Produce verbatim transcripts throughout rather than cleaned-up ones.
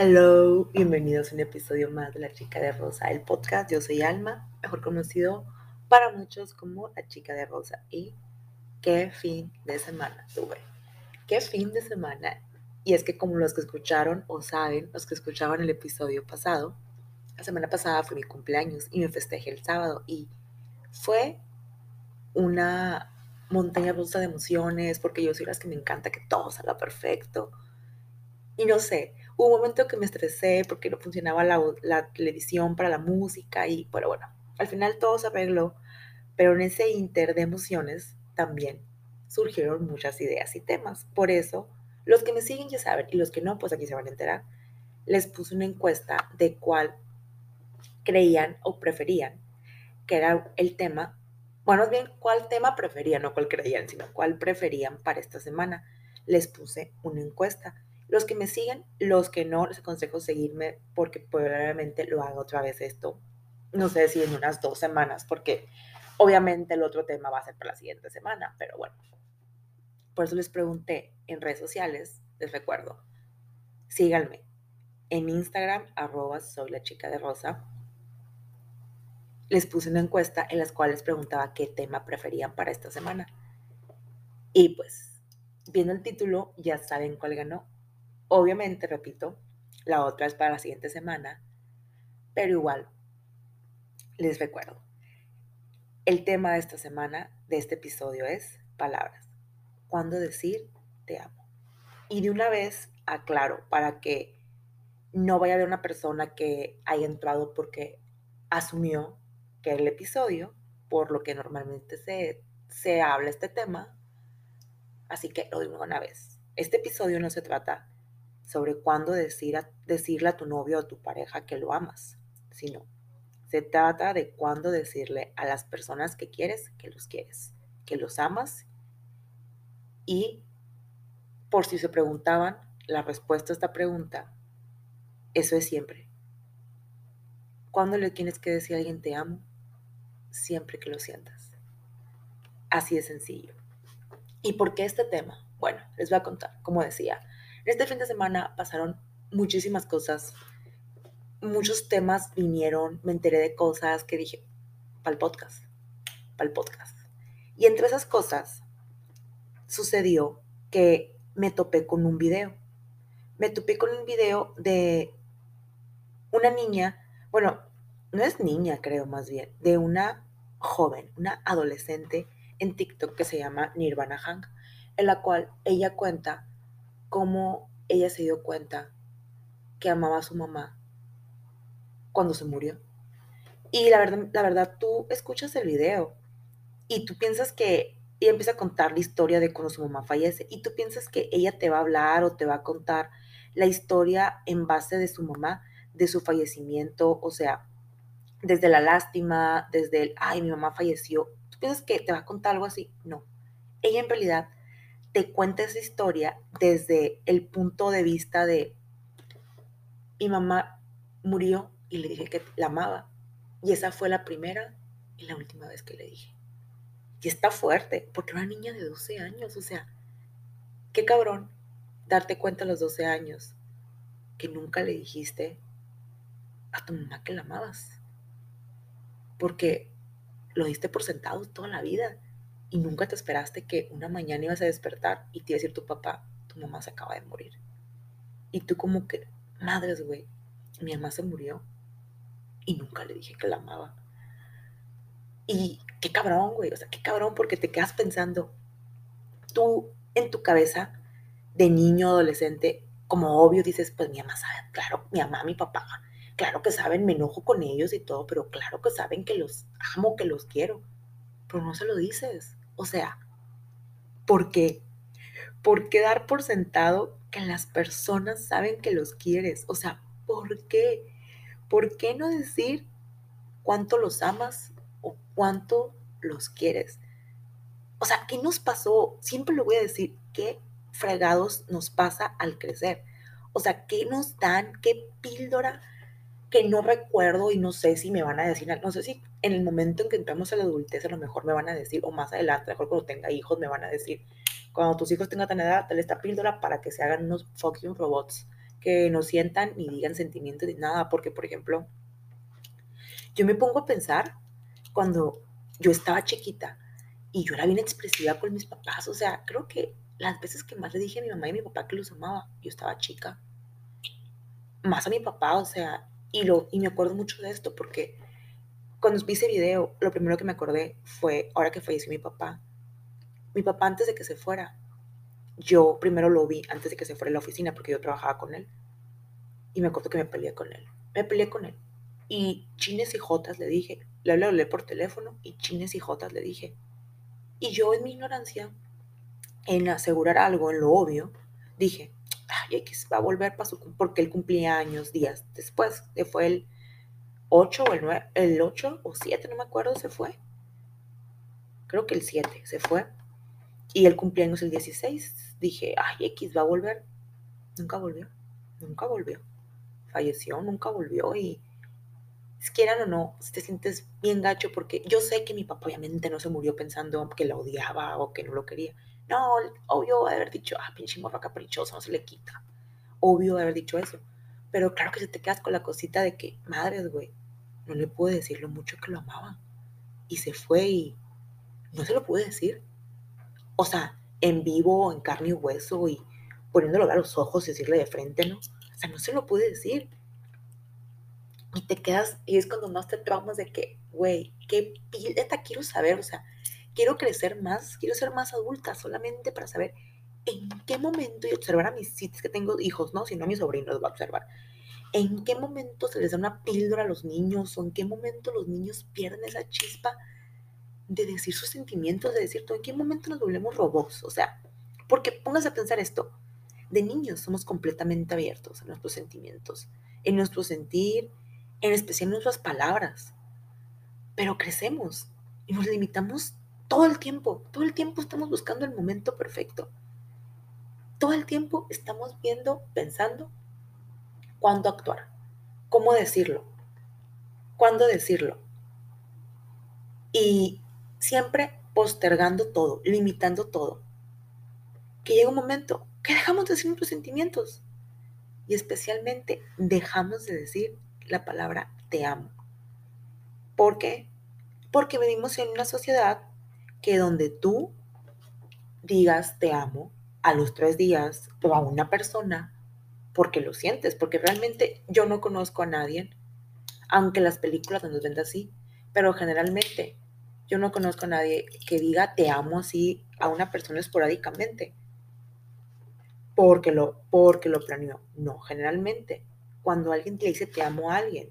Hello, bienvenidos a un episodio más de La Chica de Rosa, el podcast. Yo soy Alma, mejor conocido para muchos como La Chica de Rosa. Y qué fin de semana tuve. Qué fin de semana. Y es que como los que escucharon o saben, los que escuchaban el episodio pasado, la semana pasada fue mi cumpleaños y me festejé el sábado y fue una montaña rusa de emociones porque yo soy las que me encanta que todo salga perfecto. Y no sé, hubo un momento que me estresé porque no funcionaba la, la televisión para la música y pero bueno, al final todo se arregló, pero en ese inter de emociones también surgieron muchas ideas y temas. Por eso, los que me siguen ya saben y los que no, pues aquí se van a enterar. Les puse una encuesta de cuál creían o preferían que era el tema, bueno, más bien cuál tema preferían, no cuál creían, sino cuál preferían para esta semana. Les puse una encuesta. Los que me siguen, los que no, les aconsejo seguirme porque probablemente lo haga otra vez esto. No sé si en unas dos semanas, porque obviamente el otro tema va a ser para la siguiente semana, pero bueno. Por eso les pregunté en redes sociales, les recuerdo, síganme en Instagram, arroba soy la chica de rosa. Les puse una encuesta en las cuales preguntaba qué tema preferían para esta semana. Y pues, viendo el título, ya saben cuál ganó. Obviamente, repito, la otra es para la siguiente semana, pero igual, les recuerdo. El tema de esta semana, de este episodio, es palabras. ¿Cuándo decir te amo? Y de una vez aclaro, para que no vaya a haber una persona que haya entrado porque asumió que era el episodio, por lo que normalmente se, se habla este tema. Así que lo digo una vez. Este episodio no se trata sobre cuándo decir a, decirle a tu novio o a tu pareja que lo amas, sino se trata de cuándo decirle a las personas que quieres que los quieres, que los amas. Y por si se preguntaban, la respuesta a esta pregunta, eso es siempre. ¿Cuándo le tienes que decir a alguien te amo? Siempre que lo sientas. Así de sencillo. ¿Y por qué este tema? Bueno, les voy a contar. Como decía, en este fin de semana pasaron muchísimas cosas, muchos temas vinieron, me enteré de cosas que dije, para el podcast, para el podcast. Y entre esas cosas sucedió que me topé con un video. Me topé con un video de una niña, bueno, no es niña, creo más bien, de una joven, una adolescente en TikTok que se llama Nirvana Hank, en la cual ella cuenta cómo ella se dio cuenta que amaba a su mamá cuando se murió. Y la verdad, la verdad, tú escuchas el video y tú piensas que ella empieza a contar la historia de cuando su mamá fallece y tú piensas que ella te va a hablar o te va a contar la historia en base de su mamá, de su fallecimiento, o sea, desde la lástima, desde el, ay, mi mamá falleció. ¿Tú piensas que te va a contar algo así? No. Ella en realidad te cuenta esa historia desde el punto de vista de mi mamá murió y le dije que la amaba. Y esa fue la primera y la última vez que le dije. Y está fuerte, porque era una niña de doce años, o sea, qué cabrón darte cuenta a los doce años que nunca le dijiste a tu mamá que la amabas. Porque lo diste por sentado toda la vida y nunca te esperaste que una mañana ibas a despertar y te iba a decir tu papá, tu mamá se acaba de morir. Y tú como que, madres, güey, mi mamá se murió y nunca le dije que la amaba. Y qué cabrón, güey, o sea, qué cabrón porque te quedas pensando, tú en tu cabeza de niño, adolescente, como obvio dices, pues mi mamá sabe, claro, mi mamá, mi papá, claro que saben, me enojo con ellos y todo, pero claro que saben que los amo, que los quiero, pero no se lo dices. O sea, ¿por qué? ¿Por qué dar por sentado que las personas saben que los quieres? O sea, ¿por qué? ¿Por qué no decir cuánto los amas o cuánto los quieres? O sea, ¿qué nos pasó? Siempre lo voy a decir, ¿qué fregados nos pasa al crecer? O sea, ¿qué nos dan? ¿Qué píldora que no recuerdo y no sé si me van a decir, no sé si en el momento en que entramos a la adultez a lo mejor me van a decir, o más adelante, mejor cuando tenga hijos me van a decir, cuando tus hijos tengan tan edad, dale esta píldora para que se hagan unos fucking robots que no sientan ni digan sentimientos ni nada, porque, por ejemplo, yo me pongo a pensar cuando yo estaba chiquita y yo era bien expresiva con mis papás, o sea, creo que las veces que más le dije a mi mamá y a mi papá que los amaba, yo estaba chica, más a mi papá, o sea, y, lo, y me acuerdo mucho de esto porque cuando vi ese video, lo primero que me acordé fue, ahora que falleció mi papá, mi papá antes de que se fuera, yo primero lo vi antes de que se fuera a la oficina porque yo trabajaba con él, y me acuerdo que me peleé con él, me peleé con él, y chines y jotas le dije, le hablé por teléfono, y chines y jotas le dije, y yo en mi ignorancia, en asegurar algo, en lo obvio, dije, ay, X va a volver para su, porque él cumplía años días después, fue el ocho o el nueve, el ocho o siete, no me acuerdo, se fue, creo que el siete se fue, y el cumpleaños el dieciséis, dije, ay, X va a volver, nunca volvió, nunca volvió, falleció, nunca volvió, y si quieran o no, si te sientes bien gacho, porque yo sé que mi papá obviamente no se murió pensando que la odiaba o que no lo quería. No, obvio de haber dicho, ah, pinche morra caprichosa, no se le quita. Obvio de haber dicho eso. Pero claro que se te quedas con la cosita de que, madres, güey, no le pude decir lo mucho que lo amaba. Y se fue y no se lo pude decir. O sea, en vivo, en carne y hueso y poniéndolo a los ojos y decirle de frente, ¿no? O sea, no se lo pude decir. Y te quedas, y es cuando más te traumas de que, güey, qué pileta quiero saber, o sea, quiero crecer más, quiero ser más adulta, solamente para saber en qué momento, y observar a mis citas que tengo hijos, ¿no? Si no a mis sobrinos los voy a observar, en qué momento se les da una píldora a los niños, o en qué momento los niños pierden esa chispa de decir sus sentimientos, de decir todo, en qué momento nos volvemos robots, o sea, porque póngase a pensar esto, de niños somos completamente abiertos a nuestros sentimientos, en nuestro sentir, en especial en nuestras palabras, pero crecemos y nos limitamos todo el tiempo, todo el tiempo estamos buscando el momento perfecto, todo el tiempo estamos viendo, pensando cuándo actuar, cómo decirlo, cuándo decirlo, y siempre postergando todo, limitando todo, que llega un momento que dejamos de decir nuestros sentimientos y especialmente dejamos de decir la palabra te amo. ¿Por qué? Porque vivimos en una sociedad que donde tú digas te amo a los tres días o a una persona, porque lo sientes, porque realmente yo no conozco a nadie, aunque las películas nos ven así, pero generalmente yo no conozco a nadie que diga te amo así a una persona esporádicamente, porque lo, porque lo planeó. No, generalmente cuando alguien te dice te amo a alguien,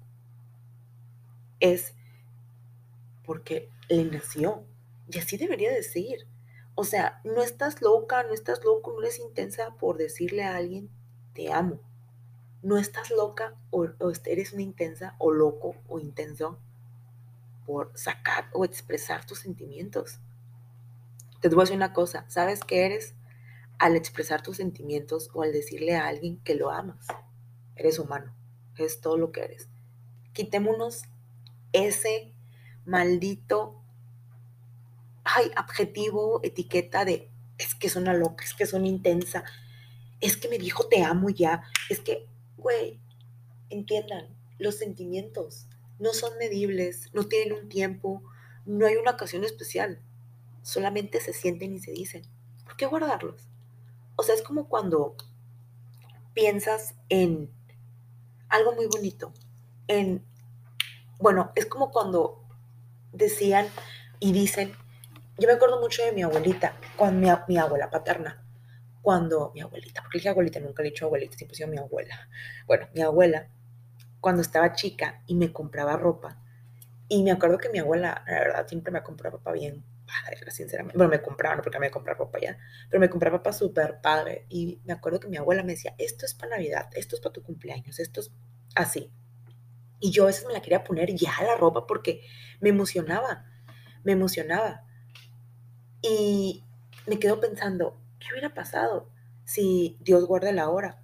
es porque le nació. Y así debería decir. O sea, no estás loca, no estás loco, no eres intensa por decirle a alguien, te amo. No estás loca o, o eres una intensa o loco o intenso por sacar o expresar tus sentimientos. Te voy a decir una cosa, ¿sabes qué eres? Al expresar tus sentimientos o al decirle a alguien que lo amas. Eres humano, es todo lo que eres. Quitémonos ese maldito ay, adjetivo, etiqueta de es que es una loca, es que es una intensa, es que me dijo te amo ya, es que, güey, entiendan, los sentimientos no son medibles, no tienen un tiempo, no hay una ocasión especial, solamente se sienten y se dicen. ¿Por qué guardarlos? O sea, es como cuando piensas en algo muy bonito, en, bueno, es como cuando decían y dicen, yo me acuerdo mucho de mi abuelita, con mi, mi abuela paterna, cuando mi abuelita, porque dije abuelita, nunca he dicho abuelita, siempre he sido mi abuela. Bueno, mi abuela, cuando estaba chica y me compraba ropa, y me acuerdo que mi abuela, la verdad, siempre me compraba ropa bien padre, sinceramente. Bueno, me compraba, no porque me compraba ropa ya, pero me compraba ropa súper padre. Y me acuerdo que mi abuela me decía, esto es para Navidad, esto es para tu cumpleaños, esto es así. Y yo a veces me la quería poner ya la ropa porque me emocionaba, me emocionaba. Y me quedo pensando, ¿qué hubiera pasado si Dios guarda la hora?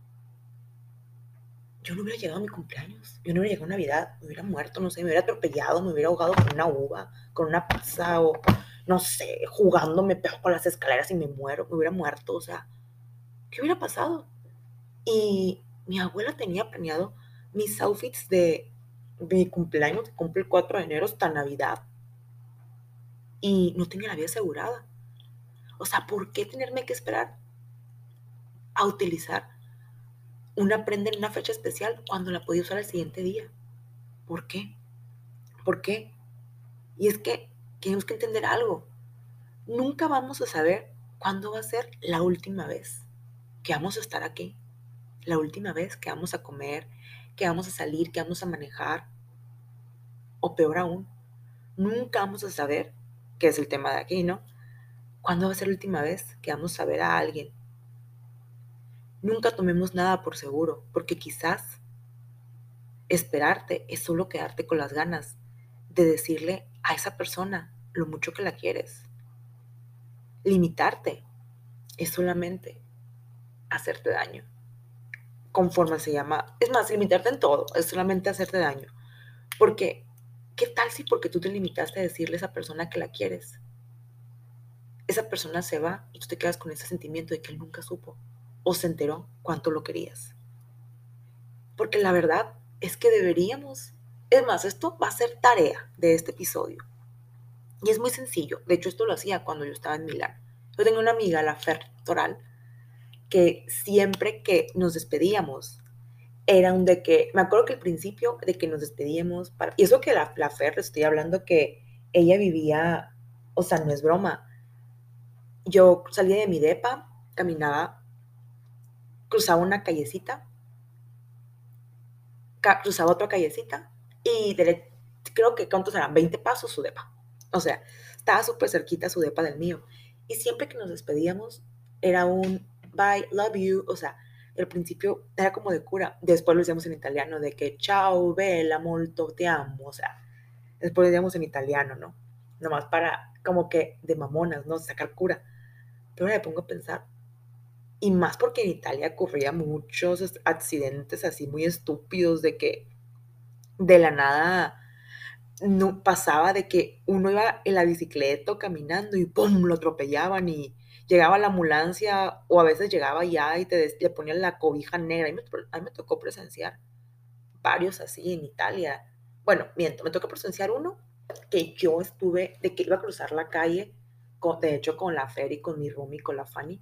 Yo no hubiera llegado a mi cumpleaños, yo no hubiera llegado a Navidad, me hubiera muerto, no sé, me hubiera atropellado, me hubiera ahogado con una uva, con una pizza o, no sé, jugando me pego con las escaleras y me muero, me hubiera muerto, o sea, ¿qué hubiera pasado? Y mi abuela tenía planeado mis outfits de, de mi cumpleaños, que cumple el cuatro de enero hasta Navidad. Y no tenía la vida asegurada. O sea, ¿por qué tenerme que esperar a utilizar una prenda en una fecha especial cuando la podía usar el siguiente día? ¿Por qué? ¿Por qué? Y es que tenemos que entender algo. Nunca vamos a saber cuándo va a ser la última vez que vamos a estar aquí. La última vez que vamos a comer, que vamos a salir, que vamos a manejar. O peor aún, nunca vamos a saber, que es el tema de aquí, ¿no? ¿Cuándo va a ser la última vez que vamos a ver a alguien? Nunca tomemos nada por seguro, porque quizás esperarte es solo quedarte con las ganas de decirle a esa persona lo mucho que la quieres. Limitarte es solamente hacerte daño. Conforme se llama, es más, limitarte en todo, es solamente hacerte daño. Porque, ¿qué tal si porque tú te limitaste a decirle a esa persona que la quieres? Esa persona se va y tú te quedas con ese sentimiento de que él nunca supo o se enteró cuánto lo querías. Porque la verdad es que deberíamos, es más, esto va a ser tarea de este episodio. Y es muy sencillo. De hecho, esto lo hacía cuando yo estaba en Milán. Yo tenía una amiga, la Fer Toral, que siempre que nos despedíamos, era un de que, me acuerdo que al principio de que nos despedíamos, para, y eso que la, la Fer, estoy hablando que ella vivía, o sea, no es broma. Yo salía de mi depa, caminaba, cruzaba una callecita, ca- cruzaba otra callecita, y de, creo que, ¿cuántos eran? veinte pasos su depa. O sea, estaba súper cerquita su depa del mío. Y siempre que nos despedíamos, era un bye, love you. O sea, al principio era como de cura. Después lo decíamos en italiano, de que ciao, bella, molto, te amo. O sea, después lo decíamos en italiano, ¿no? Nomás para, como que de mamonas, ¿no? Sacar cura. Pero ahora me pongo a pensar, y más porque en Italia ocurría muchos accidentes así muy estúpidos de que de la nada no pasaba de que uno iba en la bicicleta o caminando y ¡pum! Lo atropellaban y llegaba la ambulancia o a veces llegaba ya y te des- le ponían la cobija negra. A mí, me, a mí me tocó presenciar varios así en Italia. Bueno, miento, me tocó presenciar uno que yo estuve, de que iba a cruzar la calle, con, de hecho con la Fer y con mi roomie, con la Fanny,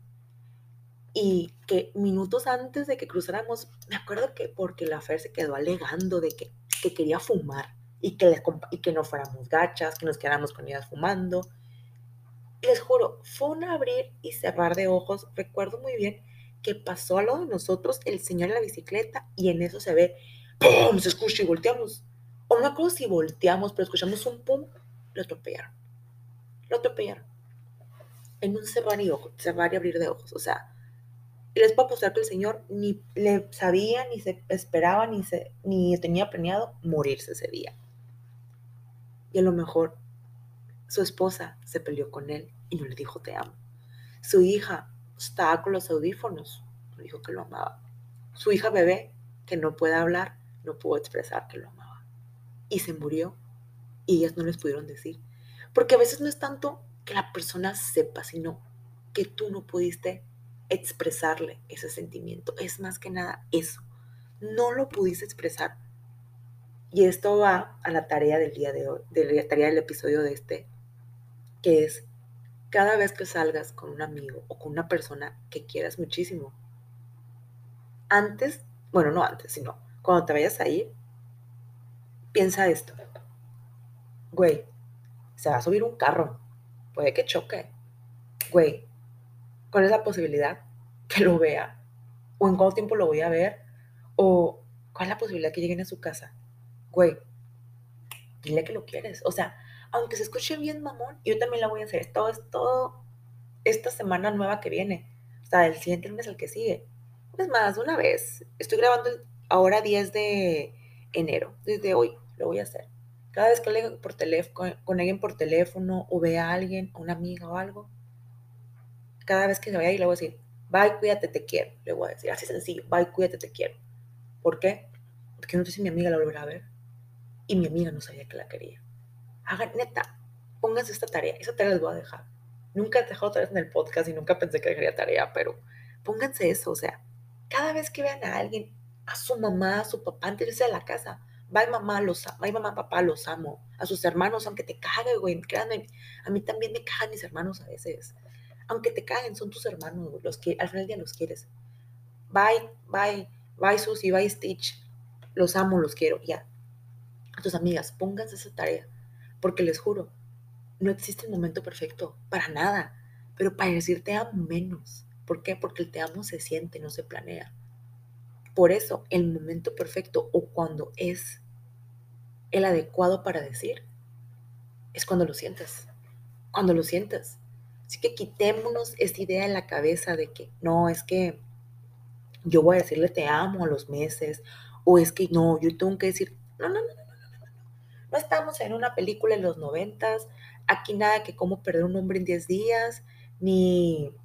y que minutos antes de que cruzáramos, me acuerdo que porque la Fer se quedó alegando de que, que quería fumar y que, les, y que no fuéramos gachas, que nos quedáramos con ellas fumando. Y les juro, fue un abrir y cerrar de ojos. Recuerdo muy bien que pasó a lo de nosotros el señor en la bicicleta y en eso se ve, ¡pum! Se escucha y volteamos. O no me acuerdo si volteamos, pero escuchamos un pum, lo atropellaron. Lo atropellaron. En un cerrar y, ojos, cerrar y abrir de ojos. O sea, y les puedo apostar que el señor ni le sabía, ni se esperaba, ni, se, ni tenía planeado morirse ese día. Y a lo mejor su esposa se peleó con él y no le dijo te amo. Su hija estaba con los audífonos, no dijo que lo amaba. Su hija bebé, que no puede hablar, no pudo expresar que lo amaba. Y se murió y ellas no les pudieron decir. Porque a veces no es tanto que la persona sepa, sino que tú no pudiste expresarle ese sentimiento. Es más que nada eso. No lo pudiste expresar. Y esto va a la tarea del día de hoy, de la tarea del episodio de este, que es cada vez que salgas con un amigo o con una persona que quieras muchísimo, antes, bueno, no antes, sino cuando te vayas a ir, piensa esto. Güey, se va a subir un carro, puede que choque. Güey, ¿cuál es la posibilidad que lo vea? ¿O en cuánto tiempo lo voy a ver? ¿O cuál es la posibilidad que lleguen a su casa? Güey, dile que lo quieres. O sea, aunque se escuche bien mamón, yo también la voy a hacer. Todo es todo esta semana nueva que viene. O sea, el siguiente mes el que sigue. Es más, una vez. Estoy grabando ahora diez de enero. Desde hoy lo voy a hacer. Cada vez que le por teléfono, con alguien por teléfono o vea a alguien, a una amiga o algo, cada vez que se vaya ahí le voy a decir, bye, cuídate, te quiero. Le voy a decir, así sencillo, bye, cuídate, te quiero. ¿Por qué? Porque no sé si mi amiga la volverá a ver. Y mi amiga no sabía que la quería. Hagan, neta, pónganse esta tarea. Esa tarea les voy a dejar. Nunca he dejado tareas en el podcast y nunca pensé que dejaría tarea, pero pónganse eso, o sea, cada vez que vean a alguien, a su mamá, a su papá, antes de irse a la casa, bye mamá, los, bye mamá, papá, los amo. A sus hermanos, aunque te cague, güey, créanme, a mí también me cagan mis hermanos a veces. Aunque te caguen, son tus hermanos, güey, los que al final del día los quieres. Bye, bye, bye Susie, bye Stitch. Los amo, los quiero, ya. A tus amigas, pónganse esa tarea, porque les juro, no existe el momento perfecto, para nada, pero para decir te amo menos. ¿Por qué? Porque el te amo se siente, no se planea. Por eso, el momento perfecto o cuando es el adecuado para decir, es cuando lo sientes, cuando lo sientes. Así que quitémonos esta idea en la cabeza de que no, es que yo voy a decirle te amo a los meses, o es que no, yo tengo que decir, no, no, no, no, no, no, no, no estamos en una película en los noventas, aquí nada que cómo perder un hombre en diez días, ni,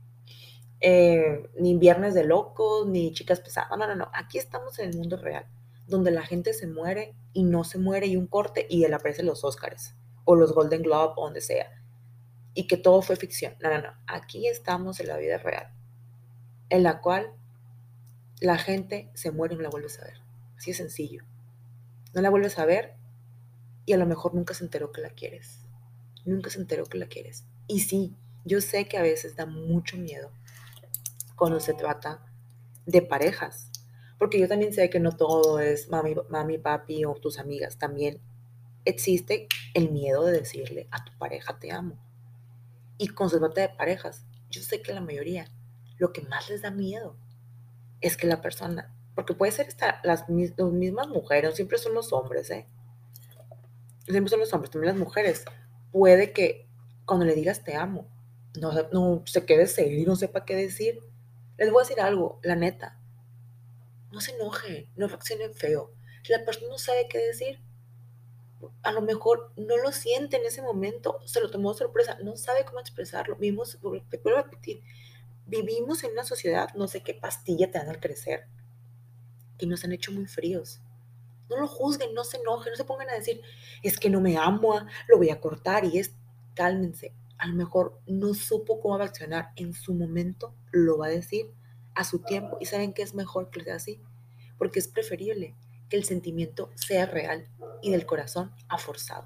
eh, ni viernes de locos, ni chicas pesadas, no, no, no, aquí estamos en el mundo real, donde la gente se muere y no se muere y un corte y él aparece en los Oscars, o los Golden Globe, o donde sea, y que todo fue ficción, no, no, no, aquí estamos en la vida real, en la cual la gente se muere y no la vuelves a ver. Así de sencillo. No la vuelves a ver y a lo mejor nunca se enteró que la quieres. Nunca se enteró que la quieres. Y sí, yo sé que a veces da mucho miedo cuando se trata de parejas. Porque yo también sé que no todo es mami, mami, papi o tus amigas. También existe el miedo de decirle a tu pareja te amo. Y cuando se trata de parejas, yo sé que la mayoría, lo que más les da miedo es que la persona, porque puede ser esta, las, las mismas mujeres, no siempre son los hombres, ¿eh? Siempre son los hombres, también las mujeres. Puede que cuando le digas te amo, no, no se quede serio y no sepa qué decir. Les voy a decir algo, la neta, no se enoje, no reaccionen feo. Si la persona no sabe qué decir, a lo mejor no lo siente en ese momento, se lo tomó de sorpresa, no sabe cómo expresarlo. Vivimos, te vuelvo a repetir, vivimos en una sociedad, no sé qué pastilla te dan al crecer, que nos han hecho muy fríos. No lo juzguen, no se enojen, no se pongan a decir, es que no me amo, lo voy a cortar y es, cálmense. A lo mejor no supo cómo va a accionar. En su momento lo va a decir a su tiempo y saben que es mejor que sea así, porque es preferible que el sentimiento sea real y del corazón a forzado.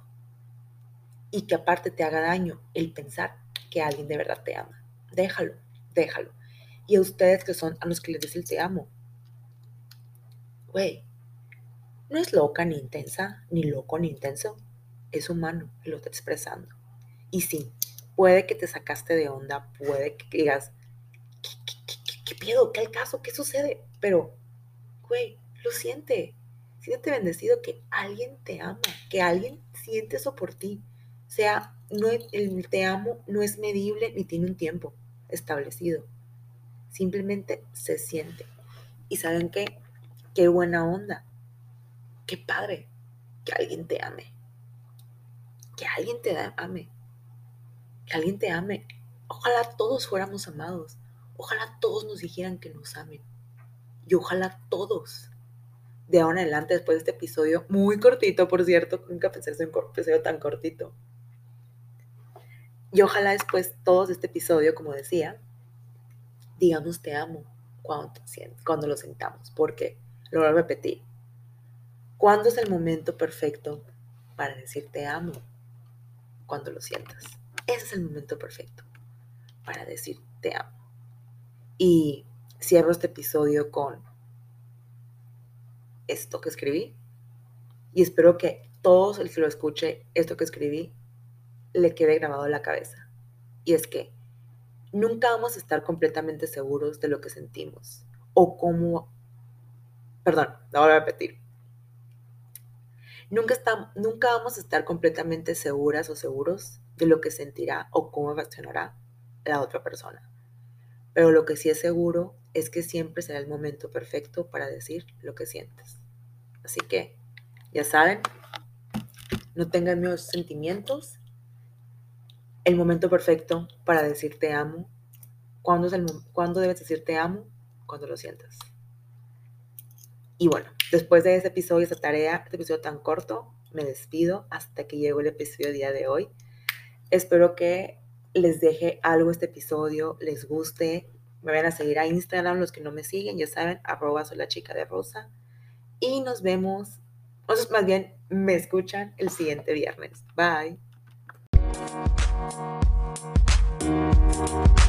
Y que aparte te haga daño el pensar que alguien de verdad te ama. Déjalo, déjalo. Y a ustedes que son a los que les dice el te amo, güey, no es loca ni intensa, ni loco ni intenso. Es humano y lo está expresando. Y sí, puede que te sacaste de onda, puede que digas, ¿qué, qué, qué, qué, qué pedo? ¿Qué al caso? ¿Qué sucede? Pero, güey, lo siente. Siéntete bendecido que alguien te ama, que alguien siente eso por ti. O sea, no, el te amo no es medible ni tiene un tiempo establecido. Simplemente se siente. ¿Y saben qué? Qué buena onda. Qué padre que alguien te ame. Que alguien te ame. Que alguien te ame. Ojalá todos fuéramos amados. Ojalá todos nos dijeran que nos amen. Y ojalá todos, de ahora en adelante, después de este episodio, muy cortito, por cierto, nunca pensé en un episodio tan cortito. Y ojalá después todos de este episodio, como decía, digamos te amo cuando, cuando lo sentamos. Porque, lo voy a repetir, ¿cuándo es el momento perfecto para decir te amo? Cuando lo sientas. Ese es el momento perfecto para decir te amo. Y cierro este episodio con esto que escribí. Y espero que todos el que lo escuche, esto que escribí, le quede grabado en la cabeza. Y es que nunca vamos a estar completamente seguros de lo que sentimos. O cómo... Perdón, lo voy a repetir. Nunca, está, nunca vamos a estar completamente seguras o seguros de lo que sentirá o cómo reaccionará la otra persona. Pero lo que sí es seguro es que siempre será el momento perfecto para decir lo que sientes. Así que, ya saben, no tengan miedo a sus sentimientos. El momento perfecto para decir te amo. ¿Cuándo, es el, ¿Cuándo debes decir te amo? Cuando lo sientas. Y bueno, después de ese episodio, esa tarea, este episodio tan corto, me despido hasta que llegó el episodio del día de hoy. Espero que les deje algo este episodio, les guste. me vayan a seguir a Instagram, los que no me siguen, ya saben, arroba soy la chica de rosa. Y nos vemos, o sea, más bien, me escuchan el siguiente viernes. Bye.